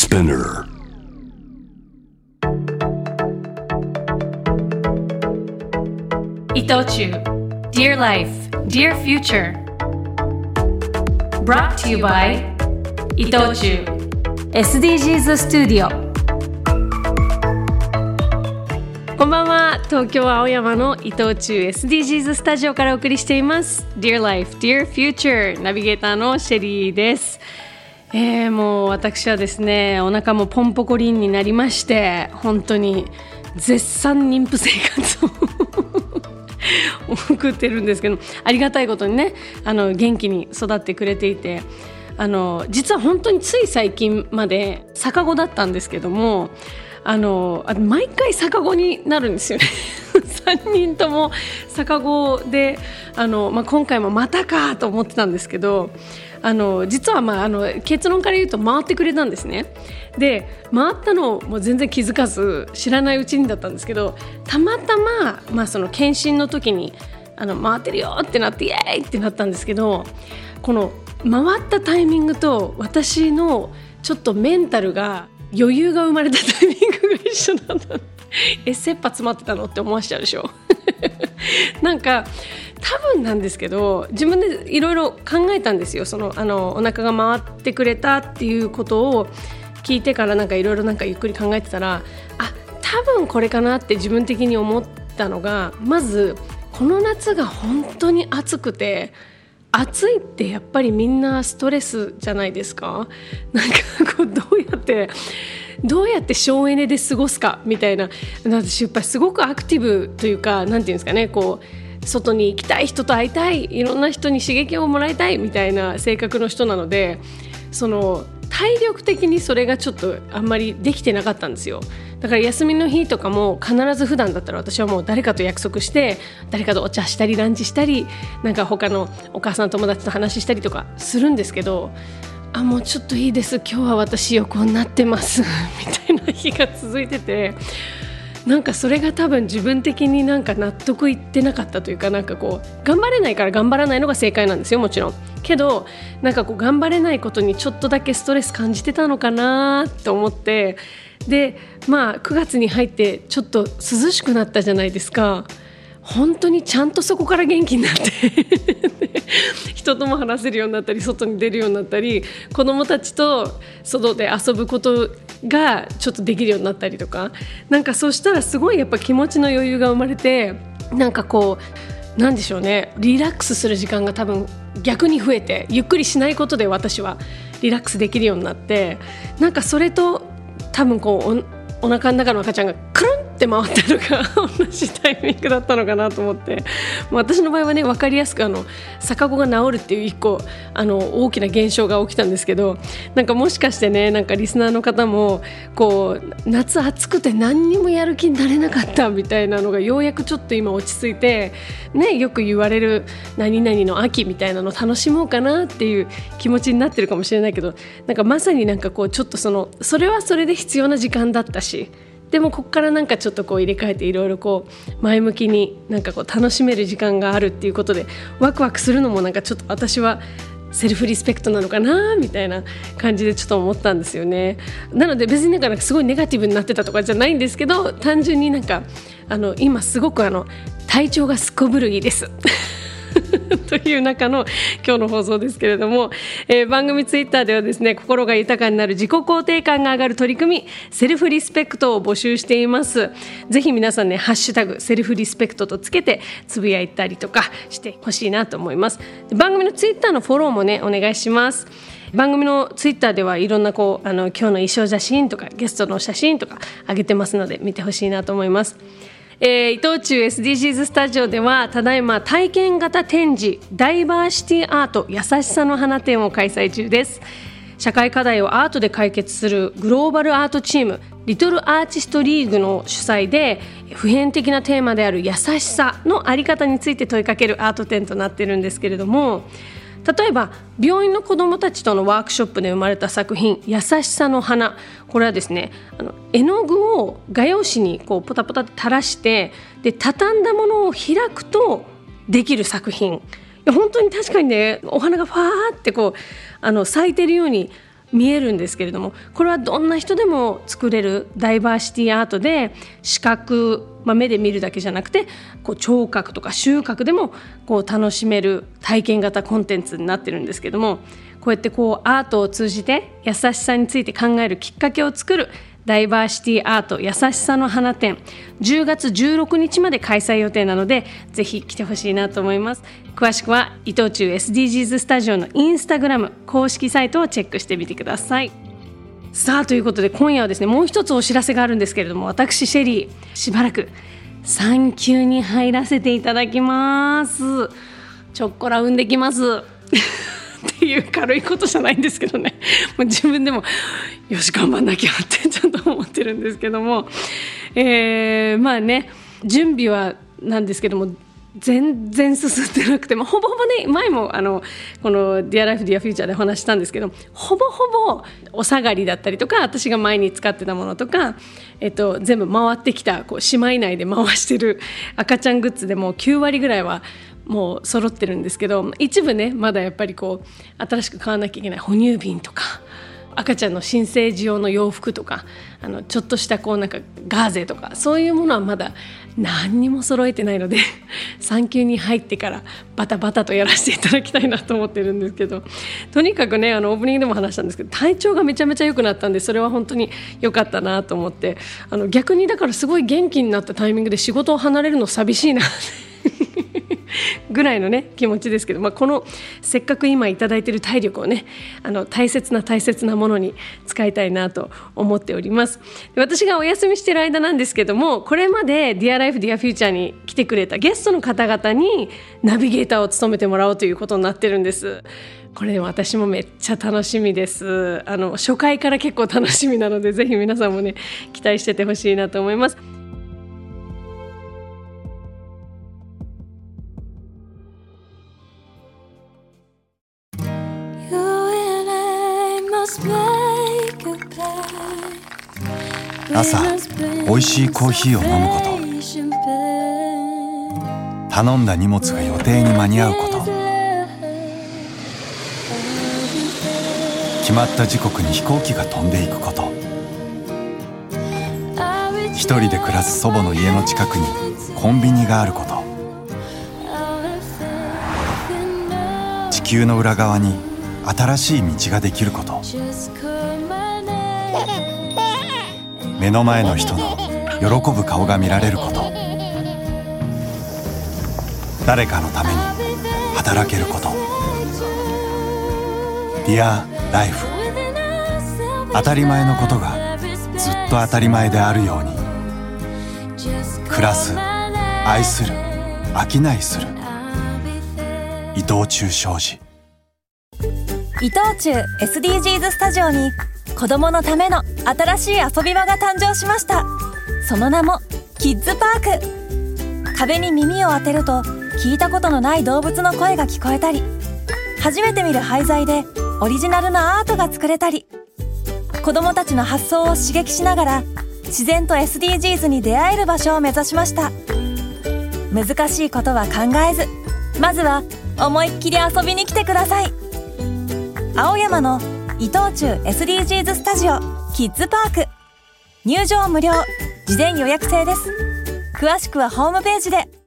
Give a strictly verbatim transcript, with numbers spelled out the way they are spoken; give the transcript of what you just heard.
Spinner. Itochu, Dear Life, Dear Future. Brought to you by Itochuエスディージーズ Studio。こんばんは。東京青山の伊藤忠 エスディージーズ スタジオからお送りしています Dear Life, Dear Future ナビゲーターのシェリーです。えー、もう私はですね、お腹もポンポコリンになりまして、本当に絶賛妊婦生活を送ってるんですけど、ありがたいことにね、あの元気に育ってくれていて、あの実は本当につい最近まで逆子だったんですけども、あの毎回逆子になるんですよねさんにんとも逆子で、あの、まあ、今回もまたかと思ってたんですけど、あの実は、まあ、あの結論から言うと回ってくれたんですね。で回ったのをもう全然気づかず、知らないうちにだったんですけど、たまたま、まあ、その検診の時にあの回ってるよってなってイエーイってなったんですけど、この回ったタイミングと私のちょっとメンタルが余裕が生まれたタイミングが一緒なんだえ、切羽詰まってたのって思わしちゃうでしょなんか多分なんですけど、自分でいろいろ考えたんですよ。そのあのお腹が回ってくれたっていうことを聞いてから、なんかいろいろなんかゆっくり考えてたら、あ、多分これかなって自分的に思ったのが、まずこの夏が本当に暑くて、暑いってやっぱりみんなストレスじゃないですか。なんかこうどうやってどうやって省エネで過ごすかみたいな、私やっぱりすごくアクティブというか、なんていうんですかね、こう外に行きたい、人と会いたい、いろんな人に刺激をもらいたいみたいな性格の人なので、その体力的にそれがちょっとあんまりできてなかったんですよ。だから休みの日とかも必ず普段だったら私はもう誰かと約束して、誰かとお茶したりランチしたり、なんか他のお母さん友達と話したりとかするんですけど、あ、もうちょっといいです、今日は私横になってますみたいな日が続いてて、なんかそれが多分自分的になんか納得いってなかったというか、なんかこう頑張れないから頑張らないのが正解なんですよ、もちろん。けどなんかこう頑張れないことにちょっとだけストレス感じてたのかなと思って、でまあくがつに入ってちょっと涼しくなったじゃないですか。本当にちゃんとそこから元気になって人とも話せるようになったり、外に出るようになったり、子どもたちと外で遊ぶことがちょっとできるようになったりとか、なんかそうしたらすごいやっぱ気持ちの余裕が生まれて、なんかこうなんでしょうね、リラックスする時間が多分逆に増えて、ゆっくりしないことで私はリラックスできるようになって、なんかそれと多分こう お, お腹の中の赤ちゃんがクルンって回ったのが同じタイミングだったのかなと思って、私の場合はね、分かりやすくあの逆子が治るっていう一個あの大きな現象が起きたんですけど、なんかもしかしてね、なんかリスナーの方もこう夏暑くて何にもやる気になれなかったみたいなのがようやくちょっと今落ち着いて、ね、よく言われる何々の秋みたいなのを楽しもうかなっていう気持ちになってるかもしれないけど、なんかまさになんかこうちょっとそのそれはそれで必要な時間だったし、でもここからなんかちょっとこう入れ替えていろいろこう前向きになんかこう楽しめる時間があるっていうことで、ワクワクするのもなんかちょっと私はセルフリスペクトなのかなみたいな感じでちょっと思ったんですよね。なので別になんかすごいネガティブになってたとかじゃないんですけど、単純になんかあの今すごくあの体調がすこぶるいいですという中の今日の放送ですけれども、えー、番組ツイッターではですね、心が豊かになる自己肯定感が上がる取り組み、セルフリスペクトを募集しています。ぜひ皆さんね、ハッシュタグセルフリスペクトとつけてつぶやいたりとかしてほしいなと思います。番組のツイッターのフォローもね、お願いします。番組のツイッターではいろんなこうあの今日の衣装写真とかゲストの写真とか上げてますので、見てほしいなと思います。えー、伊藤忠 エスディージーズ スタジオではただいま体験型展示ダイバーシティアート優しさの花展を開催中です。社会課題をアートで解決するグローバルアートチームリトルアーティストリーグの主催で、普遍的なテーマである優しさのあり方について問いかけるアート展となっているんですけれども、例えば病院の子どもたちとのワークショップで生まれた作品優しさの花、これはですね、あの絵の具を画用紙にこうポタポタと垂らして、で畳んだものを開くとできる作品。いや本当に確かにね、お花がファーってこうあの咲いてるように見えるんですけれども、これはどんな人でも作れるダイバーシティアートで、視覚、まあ、目で見るだけじゃなくてこう聴覚とか収穫でもこう楽しめる体験型コンテンツになってるんですけども、こうやってこうアートを通じて優しさについて考えるきっかけを作るダイバーシティアート優しさの花展、じゅうがつじゅうろくにちまで開催予定なので、ぜひ来てほしいなと思います。詳しくは伊藤忠 エスディージーズ スタジオのインスタグラム公式サイトをチェックしてみてください。さあ、ということで今夜はですね、もう一つお知らせがあるんですけれども、私シェリーしばらく産休に入らせていただきます。ちょっこら産んできますっていう軽いことじゃないんですけどね、もう自分でもよし頑張んなきゃってちょっと思ってるんですけども、えー、まあね、準備はなんですけども全然進んでなくて、まあ、ほぼほぼね、前もあのこの Dear Life Dear Future でお話したんですけど、ほぼほぼお下がりだったりとか、私が前に使ってたものとか、えっと、全部回ってきたこう姉妹内で回してる赤ちゃんグッズでもうきゅうわりぐらいはもう揃ってるんですけど、一部ねまだやっぱりこう新しく買わなきゃいけない哺乳瓶とか、赤ちゃんの新生児用の洋服とか、あのちょっとしたこうなんかガーゼとか、そういうものはまだ何にも揃えてないので産休に入ってからバタバタとやらせていただきたいなと思ってるんですけど、とにかくね、あのオープニングでも話したんですけど、体調がめちゃめちゃ良くなったんで、それは本当に良かったなと思って、あの逆にだからすごい元気になったタイミングで仕事を離れるの寂しいなぐらいのね気持ちですけど、まあ、このせっかく今いただいている体力をね、あの大切な大切なものに使いたいなと思っております。で、私がお休みしている間なんですけども、これまで Dear Life Dear Future に来てくれたゲストの方々にナビゲーターを務めてもらおうということになってるんです。これ私もめっちゃ楽しみです。あの初回から結構楽しみなので、ぜひ皆さんもね期待しててほしいなと思います。 朝おいしいコーヒーを飲むこと、頼んだ荷物が予定に間に合うこと、決まった時刻に飛行機が飛んでいくこと、一人で暮らす祖母の家の近くにコンビニがあること、地球の裏側に新しい道ができること、目の前の人の喜ぶ顔が見られること、誰かのために働けること。 Dear Life、 当たり前のことがずっと当たり前であるように、暮らす、愛する、商いする。伊藤忠商事。 伊藤忠 エスディージーズ スタジオに子どものための新しい遊び場が誕生しました。その名もキッズパーク。壁に耳を当てると聞いたことのない動物の声が聞こえたり、初めて見る廃材でオリジナルのアートが作れたり、子どもたちの発想を刺激しながら自然と エスディージーズ に出会える場所を目指しました。難しいことは考えず、まずは思いっきり遊びに来てください。青山の伊藤忠 エスディージーズ スタジオキッズパーク、入場無料、事前予約制です。詳しくはホームページで。